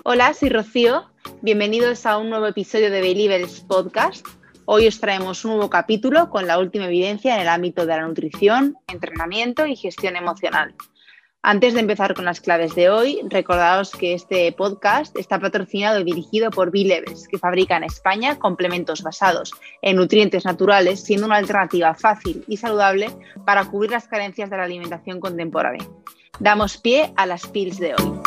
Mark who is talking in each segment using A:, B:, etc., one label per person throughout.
A: Hola, soy Rocío. Bienvenidos a un nuevo episodio de Believers Podcast. Hoy os traemos un nuevo capítulo con la última evidencia en el ámbito de la nutrición, entrenamiento y gestión emocional. Antes de empezar con las claves de hoy, recordaos que este podcast está patrocinado y dirigido por Believers, que fabrica en España complementos basados en nutrientes naturales, siendo una alternativa fácil y saludable para cubrir las carencias de la alimentación contemporánea. Damos pie a las pills de hoy.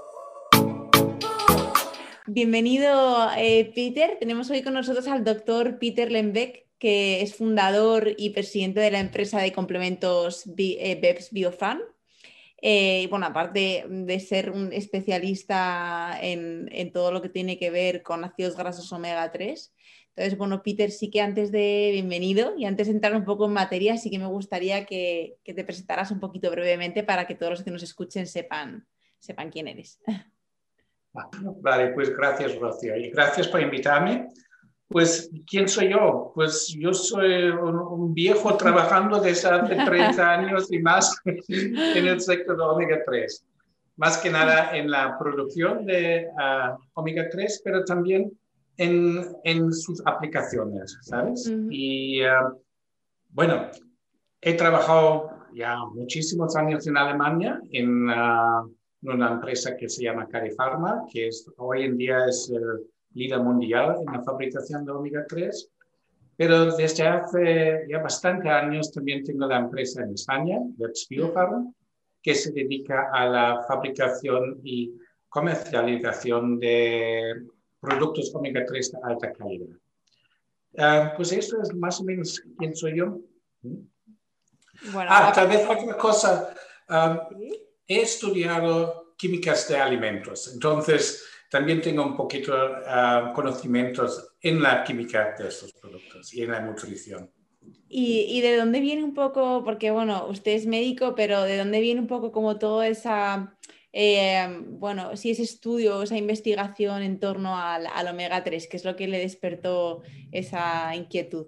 A: Bienvenido, Peter. Tenemos hoy con nosotros al doctor Peter Lembeck, que es fundador y presidente de la empresa de complementos BEPS Biofarm. Bueno, aparte de ser un especialista en todo lo que tiene que ver con ácidos grasos omega 3. Entonces, bueno, Peter, sí que bienvenido, y antes de entrar un poco en materia, sí que me gustaría que te presentaras un poquito brevemente para que todos los que nos escuchen sepan quién eres.
B: Vale, pues gracias, Rocío, y gracias por invitarme. Pues, ¿quién soy yo? Pues yo soy un viejo trabajando desde hace 30 años y más en el sector de omega 3. Más que nada en la producción de omega 3, pero también en sus aplicaciones, ¿sabes?
A: Uh-huh.
B: Y bueno, he trabajado ya muchísimos años en Alemania en una empresa que se llama Carifarma, que hoy en día es el líder mundial en la fabricación de omega 3. Pero desde hace ya bastantes años también tengo la empresa en España, BEPS Biofarm, que se dedica a la fabricación y comercialización de productos omega 3 de alta calidad. Pues esto es más o menos quién soy yo.
A: Bueno,
B: tal vez otra cosa. He estudiado químicas de alimentos, entonces también tengo un poquito conocimientos en la química de estos productos y en la nutrición.
A: ¿Y de dónde viene un poco, porque bueno, usted es médico, pero de dónde viene un poco como toda esa, bueno, si ese estudio, esa investigación en torno al omega 3, qué es lo que le despertó esa inquietud?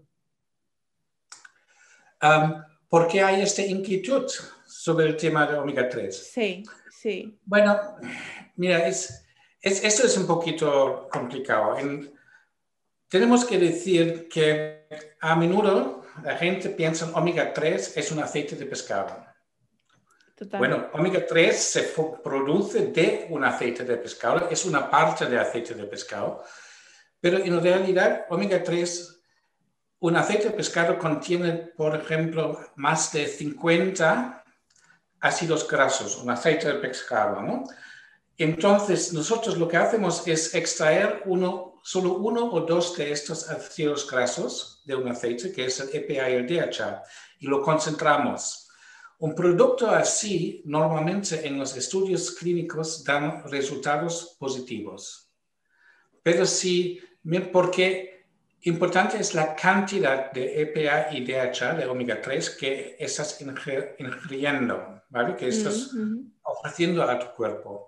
B: ¿Por qué hay esta inquietud sobre el tema de omega 3?
A: Sí.
B: Bueno, mira, esto es un poquito complicado. Tenemos que decir que a menudo la gente piensa que omega 3 es un aceite de pescado.
A: Total.
B: Bueno, omega 3 se produce de un aceite de pescado, es una parte del aceite de pescado, pero en realidad omega 3, un aceite de pescado contiene, por ejemplo, más de 50 ácidos grasos, un aceite de pescado, ¿no? Entonces, nosotros lo que hacemos es extraer solo uno o dos de estos ácidos grasos de un aceite, que es el EPA y el DHA, y lo concentramos. Un producto así, normalmente en los estudios clínicos, dan resultados positivos. Pero sí, porque importante es la cantidad de EPA y DHA, de omega 3, que estás ingiriendo, ¿vale? Que estás ofreciendo a tu cuerpo.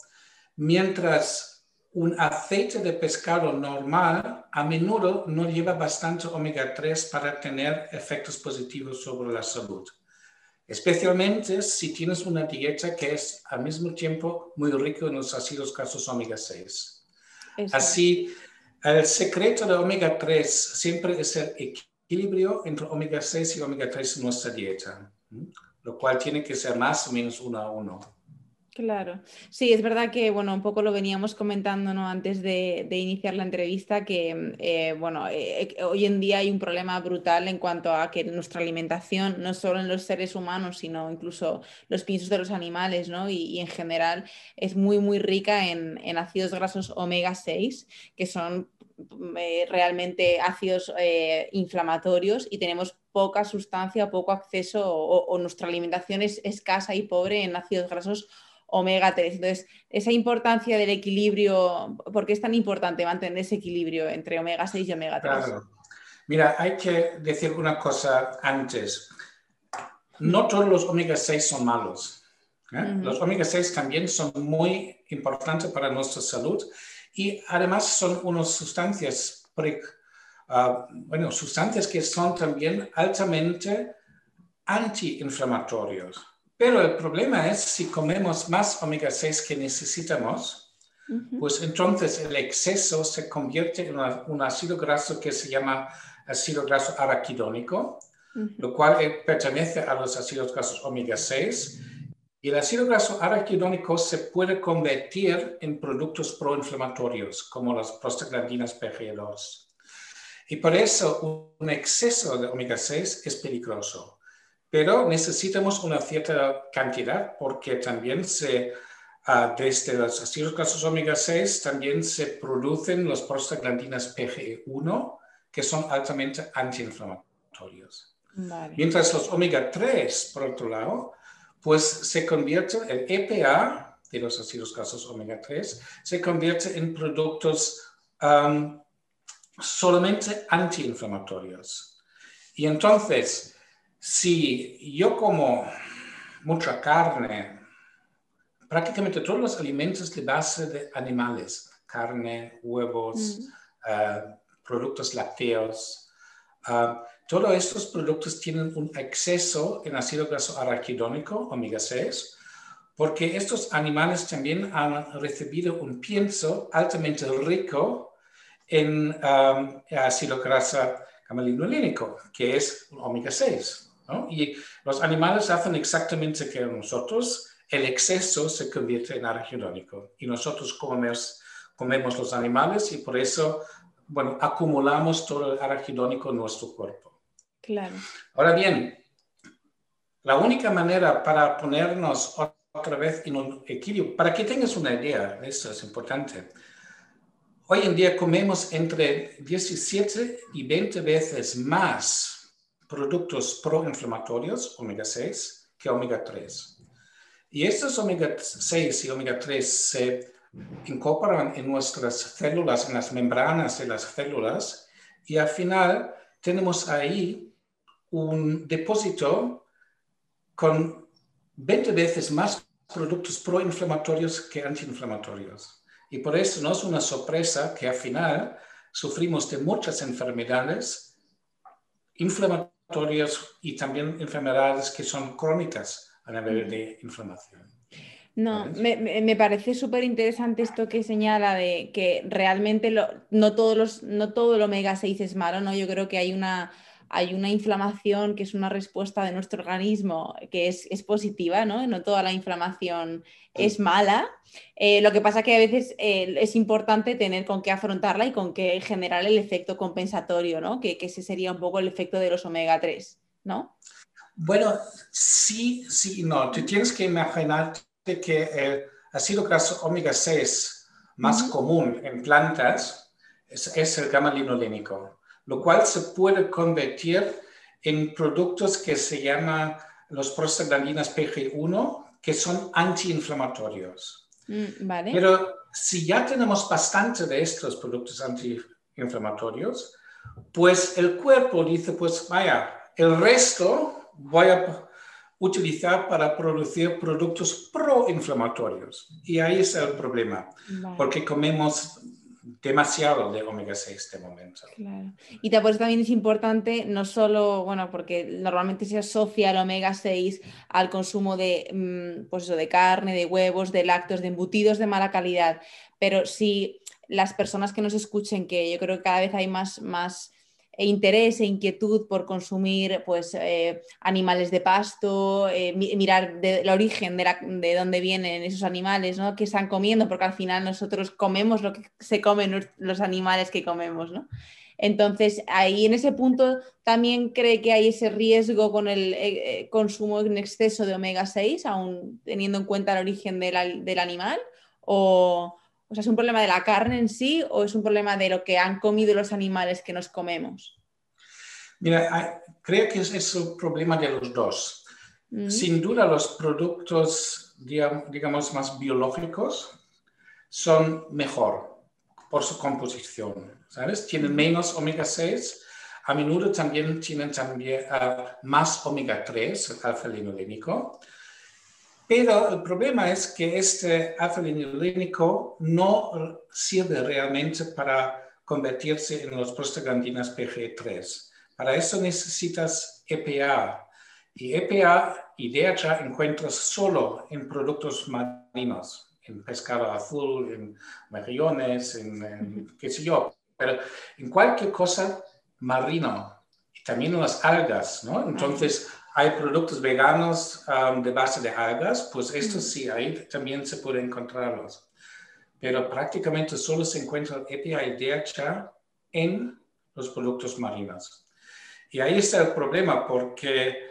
B: Mientras un aceite de pescado normal a menudo no lleva bastante omega 3 para tener efectos positivos sobre la salud. Especialmente si tienes una dieta que es al mismo tiempo muy rica en los ácidos grasos omega 6. Así, el secreto de omega 3 siempre es el equilibrio entre omega 6 y omega 3 en nuestra dieta, lo cual tiene que ser más o menos 1 a 1.
A: Claro, sí, es verdad que, bueno, un poco lo veníamos comentando, ¿no? Antes de iniciar la entrevista, que, hoy en día hay un problema brutal en cuanto a que nuestra alimentación, no solo en los seres humanos, sino incluso los piensos de los animales, ¿no? Y en general es muy, muy rica en ácidos grasos omega 6, que son realmente ácidos inflamatorios, y tenemos poca sustancia, poco acceso, o nuestra alimentación es escasa y pobre en ácidos grasos omega 3. Entonces, esa importancia del equilibrio, ¿por qué es tan importante mantener ese equilibrio entre omega 6 y omega 3?
B: Claro. Mira, hay que decir una cosa antes. No todos los omega 6 son malos. Los omega 6 también son muy importantes para nuestra salud, y además son unas sustancias, sustancias que son también altamente antiinflamatorios. Pero el problema es si comemos más omega 6 que necesitamos, pues entonces el exceso se convierte en un ácido graso que se llama ácido graso araquidónico, lo cual pertenece a los ácidos grasos omega 6. Y el ácido graso araquidónico se puede convertir en productos proinflamatorios, como las prostaglandinas PG2. Y por eso un exceso de omega 6 es peligroso. Pero necesitamos una cierta cantidad porque también desde los ácidos grasos omega 6 también se producen las prostaglandinas PGE1, que son altamente antiinflamatorios.
A: Vale.
B: Mientras los omega 3, por otro lado, pues se convierte, el EPA de los ácidos grasos omega 3, se convierte en productos solamente antiinflamatorios. Y entonces, si yo como mucha carne, prácticamente todos los alimentos de base de animales, carne, huevos, productos lácteos, todos estos productos tienen un exceso en ácido graso araquidónico, omega 6, porque estos animales también han recibido un pienso altamente rico en ácido graso gamma-linolínico, que es omega 6, ¿no? Y los animales hacen exactamente que nosotros, el exceso se convierte en araquidónico y nosotros comemos los animales y por eso, bueno, acumulamos todo el araquidónico en nuestro cuerpo.
A: Claro.
B: Ahora bien, la única manera para ponernos otra vez en un equilibrio, para que tengas una idea, esto es importante. Hoy en día comemos entre 17 y 20 veces más productos proinflamatorios, omega 6, que omega 3. Y estos omega 6 y omega 3 se incorporan en nuestras células, en las membranas de las células, y al final tenemos ahí un depósito con 20 veces más productos proinflamatorios que antiinflamatorios. Y por eso no es una sorpresa que al final sufrimos de muchas enfermedades inflamatorias y también enfermedades que son crónicas a nivel de inflamación.
A: No, me parece súper interesante esto que señala de que realmente no todo el omega 6 es malo, ¿no? Yo creo que hay una inflamación que es una respuesta de nuestro organismo que es positiva, ¿no? No toda la inflamación es mala. Lo que pasa que a veces es importante tener con qué afrontarla y con qué generar el efecto compensatorio, ¿no? Que ese sería un poco el efecto de los omega 3, ¿no?
B: Bueno, sí, no. Tú tienes que imaginarte que el ácido graso omega 6 más común en plantas es el gamma-linolínico, lo cual se puede convertir en productos que se llaman los prostaglandinas PG1, que son antiinflamatorios.
A: Vale.
B: Pero si ya tenemos bastante de estos productos antiinflamatorios, pues el cuerpo dice, pues vaya, el resto voy a utilizar para producir productos proinflamatorios. Y ahí es el problema, porque comemos demasiado de omega 6 de momento.
A: Claro. Y por eso también es importante, no solo, bueno, porque normalmente se asocia el omega 6 al consumo de, pues eso, de carne, de huevos, de lácteos, de embutidos de mala calidad, pero si las personas que nos escuchen, que yo creo que cada vez hay más interés e inquietud por consumir pues, animales de pasto, mirar el origen de dónde vienen esos animales, ¿no? Que están comiendo, porque al final nosotros comemos lo que se comen los animales que comemos, ¿no? Entonces, ahí en ese punto también cree que hay ese riesgo con el consumo en exceso de omega 6, aún teniendo en cuenta el origen del animal, o sea, ¿es un problema de la carne en sí o es un problema de lo que han comido los animales que nos comemos?
B: Mira, creo que es el problema de los dos. Sin duda, los productos, digamos, más biológicos son mejor por su composición, ¿sabes? Tienen menos omega 6, a menudo también tienen más omega 3, el alfa-linolínico. Pero el problema es que este alfa-linolínico no sirve realmente para convertirse en los prostaglandinas PG3. Para eso necesitas EPA. Y EPA y DHA encuentras solo en productos marinos. en pescado azul, en mejillones, en qué sé yo, pero en cualquier cosa marino, y también en las algas, ¿no? Entonces, hay productos veganos de base de algas, pues estos sí, ahí también se pueden encontrarlos. Pero prácticamente solo se encuentra el EPA y DHA en los productos marinos. Y ahí está el problema, porque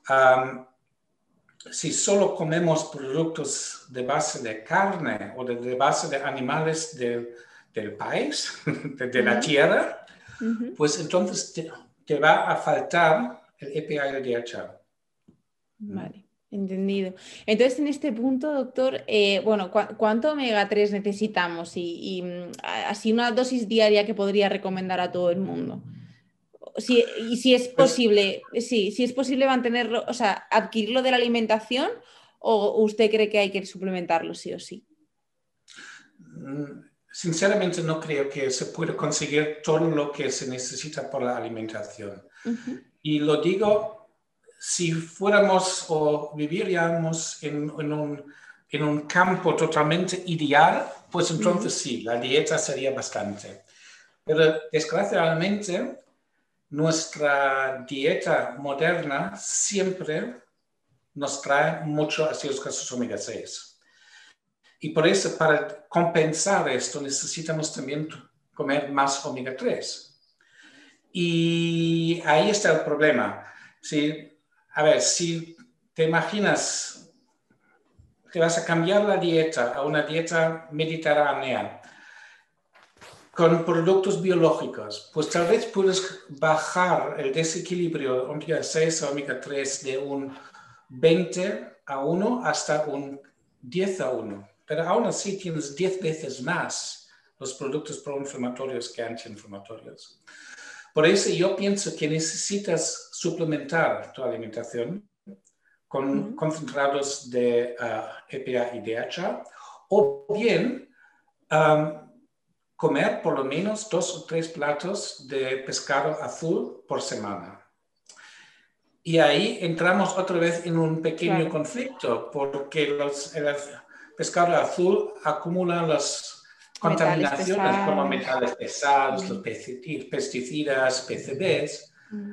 B: si solo comemos productos de base de carne o de base de animales del país, de la tierra, pues entonces te va a faltar el EPA y el DHA.
A: Vale, entendido. Entonces, en este punto, doctor, bueno, ¿cuánto omega 3 necesitamos? Así una dosis diaria que podría recomendar a todo el mundo. Y si es
B: Pues,
A: posible, sí, si es posible mantenerlo, o sea, adquirirlo de la alimentación, o usted cree que hay que suplementarlo sí o sí.
B: Sinceramente no creo que se pueda conseguir todo lo que se necesita por la alimentación. Y lo digo, si fuéramos o viviríamos en un campo totalmente ideal, pues entonces sí, la dieta sería bastante. Pero desgraciadamente, nuestra dieta moderna siempre nos trae muchos ácidos grasos omega 6. Y por eso, para compensar esto, necesitamos también comer más omega 3. Y ahí está el problema. A ver, si te imaginas que vas a cambiar la dieta a una dieta mediterránea con productos biológicos, pues tal vez puedes bajar el desequilibrio omega 6 a omega 3 de un 20:1 hasta un 10:1. Pero aún así tienes 10 veces más los productos proinflamatorios que antiinflamatorios. Por eso yo pienso que necesitas suplementar tu alimentación con concentrados de EPA y DHA, o bien comer por lo menos 2 o 3 platos de pescado azul por semana. Y ahí entramos otra vez en un pequeño conflicto, porque el pescado azul acumula las
A: Metales
B: contaminaciones como
A: pesados.
B: metales pesados, los pesticidas, PCBs.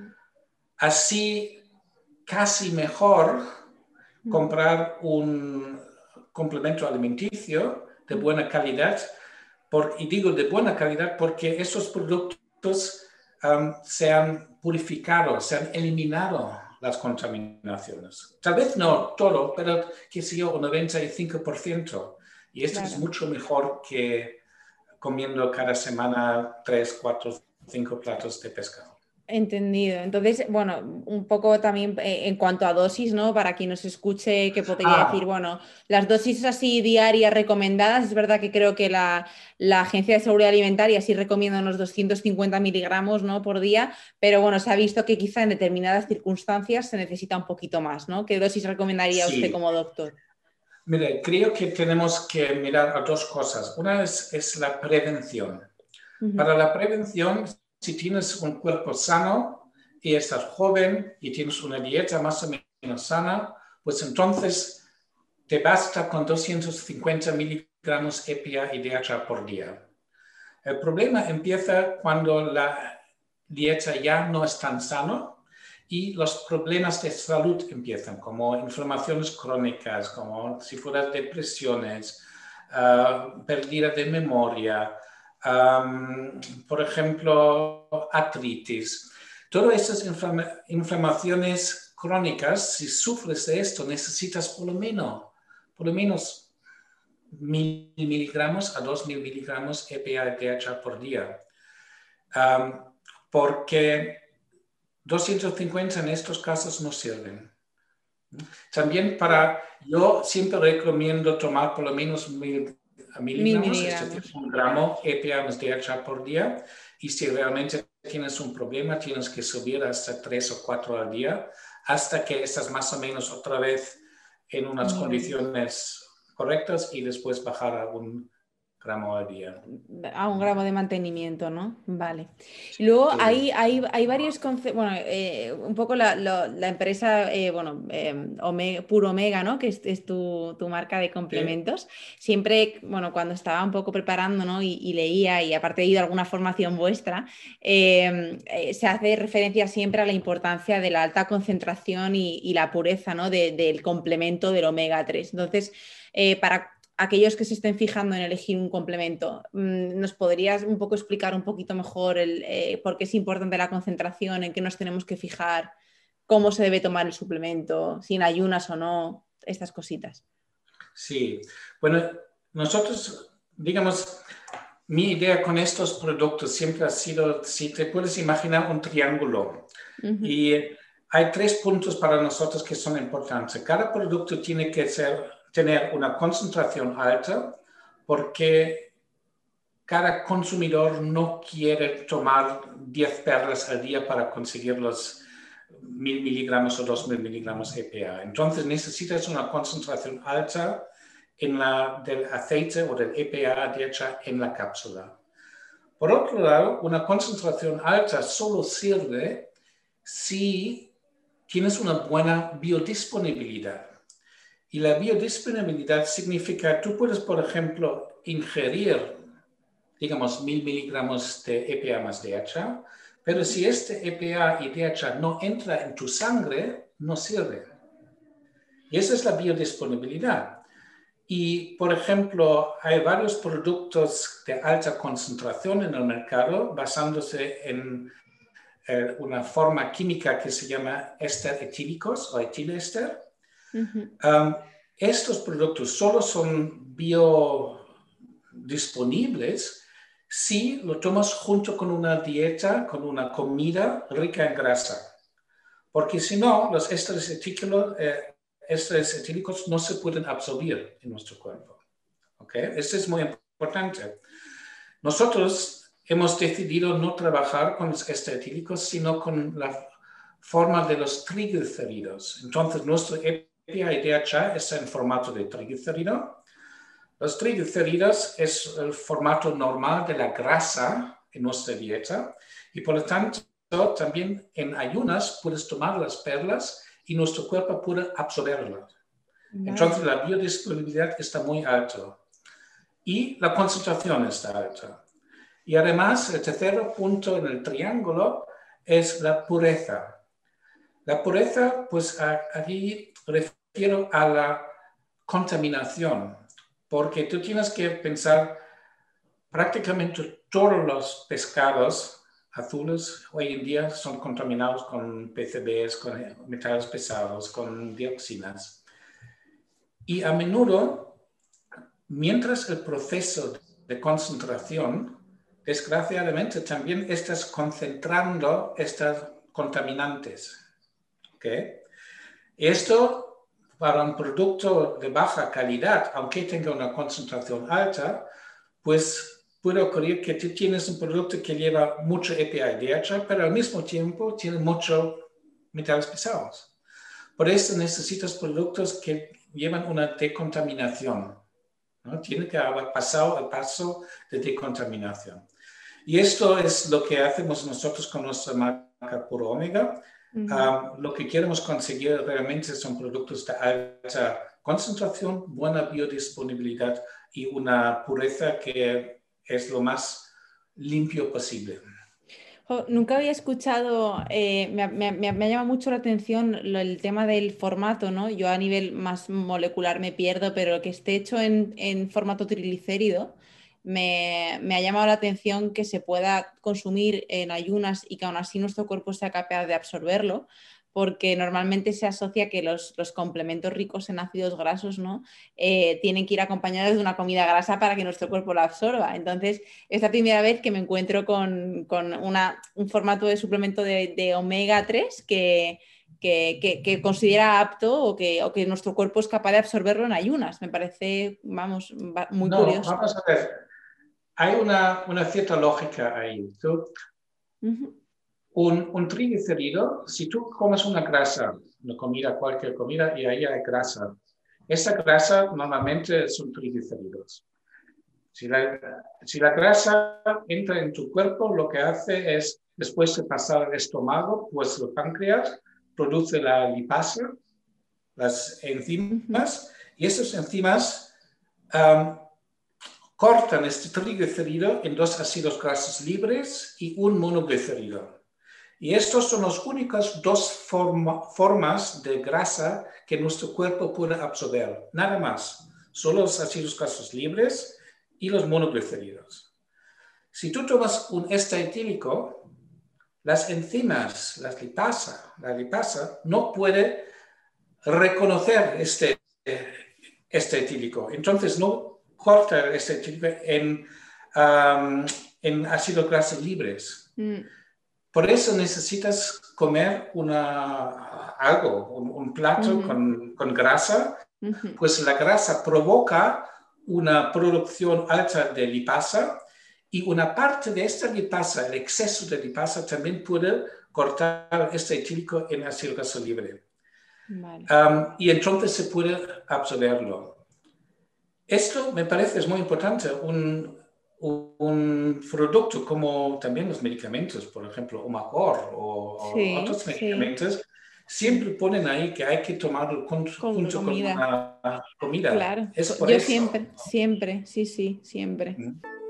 B: Así, casi mejor comprar un complemento alimenticio de buena calidad, y digo de buena calidad porque esos productos se han purificado, se han eliminado las contaminaciones. Tal vez no todo, pero qué sé yo, un 95%. Y esto es mucho mejor que comiendo cada semana 3, 4, 5 platos de pescado.
A: Entendido. Entonces, bueno, un poco también en cuanto a dosis, ¿no? Para quien nos escuche, que podría decir, bueno, las dosis así diarias recomendadas, es verdad que creo que la Agencia de Seguridad Alimentaria sí recomienda unos 250 miligramos, ¿no? Por día, pero bueno, se ha visto que quizá en determinadas circunstancias se necesita un poquito más, ¿no? ¿Qué dosis recomendaría usted
B: Sí.
A: como doctor?
B: Mire, creo que tenemos que mirar a dos cosas. Una es la prevención. Para la prevención, si tienes un cuerpo sano y estás joven y tienes una dieta más o menos sana, pues entonces te basta con 250 miligramos EPA y DHA por día. El problema empieza cuando la dieta ya no es tan sana y los problemas de salud empiezan, como inflamaciones crónicas, como si fueran depresiones, pérdida de memoria, por ejemplo, artritis. Todas estas inflamaciones crónicas, si sufres de esto, necesitas por lo menos 1.000 miligramos a 2.000 miligramos EPA y DHA por día. Porque 250 en estos casos no sirven. También yo siempre recomiendo tomar por lo menos 1.000 miligramos, es decir, 1 gramo EPA más DHA por día. Y si realmente tienes un problema, tienes que subir hasta 3 o 4 al día, hasta que estás más o menos otra vez en unas condiciones correctas y después bajar a un gramo al día.
A: A 1 gramo de mantenimiento, ¿no? Vale. Y luego
B: Sí,
A: hay varios conceptos, bueno, un poco la empresa, bueno, Puro Omega, ¿no? Que es tu marca de
B: sí,
A: complementos. Siempre, bueno, cuando estaba un poco preparando, ¿no? Y leía, y aparte he ido a alguna formación vuestra, se hace referencia siempre a la importancia de la alta concentración y la pureza, ¿no? Del complemento del omega 3. Entonces, para aquellos que se estén fijando en elegir un complemento, ¿nos podrías un poco explicar un poquito mejor por qué es importante la concentración, en qué nos tenemos que fijar, cómo se debe tomar el suplemento, si en ayunas o no, estas cositas?
B: sí. Bueno, nosotros, digamos, mi idea con estos productos siempre ha sido, si te puedes imaginar un triángulo,
A: Uh-huh.
B: y hay 3 puntos para nosotros que son importantes. Cada producto tiene que tener una concentración alta porque cada consumidor no quiere tomar 10 perlas al día para conseguir los 1000 miligramos o 2000 miligramos EPA. Entonces necesitas una concentración alta del aceite o del EPA en la cápsula. Por otro lado, una concentración alta solo sirve si tienes una buena biodisponibilidad. Y la biodisponibilidad significa, tú puedes, por ejemplo, ingerir, digamos, 1000 miligramos de EPA más DHA, pero si este EPA y DHA no entra en tu sangre, no sirve. Y esa es la biodisponibilidad. Y, por ejemplo, hay varios productos de alta concentración en el mercado basándose en una forma química que se llama éster etílicos o etiléster.
A: Uh-huh.
B: Estos productos solo son biodisponibles si lo tomas junto con una dieta, con una comida rica en grasa. Porque si no, los ésteres etílicos no se pueden absorber en nuestro cuerpo. ¿Okay? Esto es muy importante. Nosotros hemos decidido no trabajar con los ésteres etílicos, sino con la forma de los triglicéridos. Entonces, nuestro EPA y DHA está en formato de triglicérido. Los triglicéridos es el formato normal de la grasa en nuestra dieta y por lo tanto también en ayunas puedes tomar las perlas y nuestro cuerpo puede absorberlas.
A: Vale.
B: Entonces la biodisponibilidad está muy alta y la concentración está alta. Y además el tercer punto en el triángulo es la pureza. La pureza, pues aquí refiero a la contaminación, porque tú tienes que pensar prácticamente todos los pescados azules hoy en día son contaminados con PCBs, con metales pesados, con dioxinas. Y a menudo, mientras el proceso de concentración, desgraciadamente también estás concentrando estos contaminantes. ¿Okay? Esto, para un producto de baja calidad, aunque tenga una concentración alta, pues puede ocurrir que tú tienes un producto que lleva mucho EPA y DHA, pero al mismo tiempo tiene muchos metales pesados. Por eso necesitas productos que llevan una decontaminación, ¿no? Tiene que haber pasado el paso de decontaminación. Y esto es lo que hacemos nosotros con nuestra marca Puro Omega.
A: Uh-huh.
B: Lo que queremos conseguir realmente son productos de alta concentración, buena biodisponibilidad y una pureza que es lo más limpio posible.
A: Nunca había escuchado, me ha llamado mucho la atención el tema del formato, ¿no? Yo a nivel más molecular me pierdo, pero que esté hecho en formato triglicérido, me ha llamado la atención que se pueda consumir en ayunas y que aún así nuestro cuerpo sea capaz de absorberlo, porque normalmente se asocia que los complementos ricos en ácidos grasos, ¿no? Tienen que ir acompañados de una comida grasa para que nuestro cuerpo lo absorba. Entonces, es la primera vez que me encuentro con un formato de suplemento de omega 3 que considera apto o que nuestro cuerpo es capaz de absorberlo en ayunas. Me parece, vamos, muy
B: No,
A: curioso.
B: vamos a ver. Hay una cierta lógica ahí.
A: Uh-huh.
B: Un triglicérido, si tú comes una grasa, una comida, cualquier comida, y ahí hay grasa, esa grasa normalmente son triglicéridos. Si la grasa entra en tu cuerpo, lo que hace es, después de pasar al estómago, pues el páncreas produce la lipasa, las enzimas, y esas enzimas cortan este triglicérido en 2 ácidos grasos libres y un monoglicérido. Y estos son las únicas 2 formas de grasa que nuestro cuerpo puede absorber. Nada más. Solo los ácidos grasos libres y los monoglicéridos. Si tú tomas un éster etílico, las enzimas, la lipasa, no puede reconocer este etílico. Entonces no corta este etílico en ácidos grasos libres. Por eso necesitas comer un plato con grasa, pues la grasa provoca una producción alta de lipasa y una parte de esta lipasa, el exceso de lipasa, también puede cortar este etílico en ácido graso libre.
A: Vale.
B: Y entonces se puede absorberlo. Esto me parece es muy importante. Un producto como también los medicamentos, por ejemplo, Omacor o otros medicamentos, siempre ponen ahí que hay que tomarlo junto con una comida.
A: Claro,
B: Es por
A: yo
B: eso.
A: siempre, sí, siempre.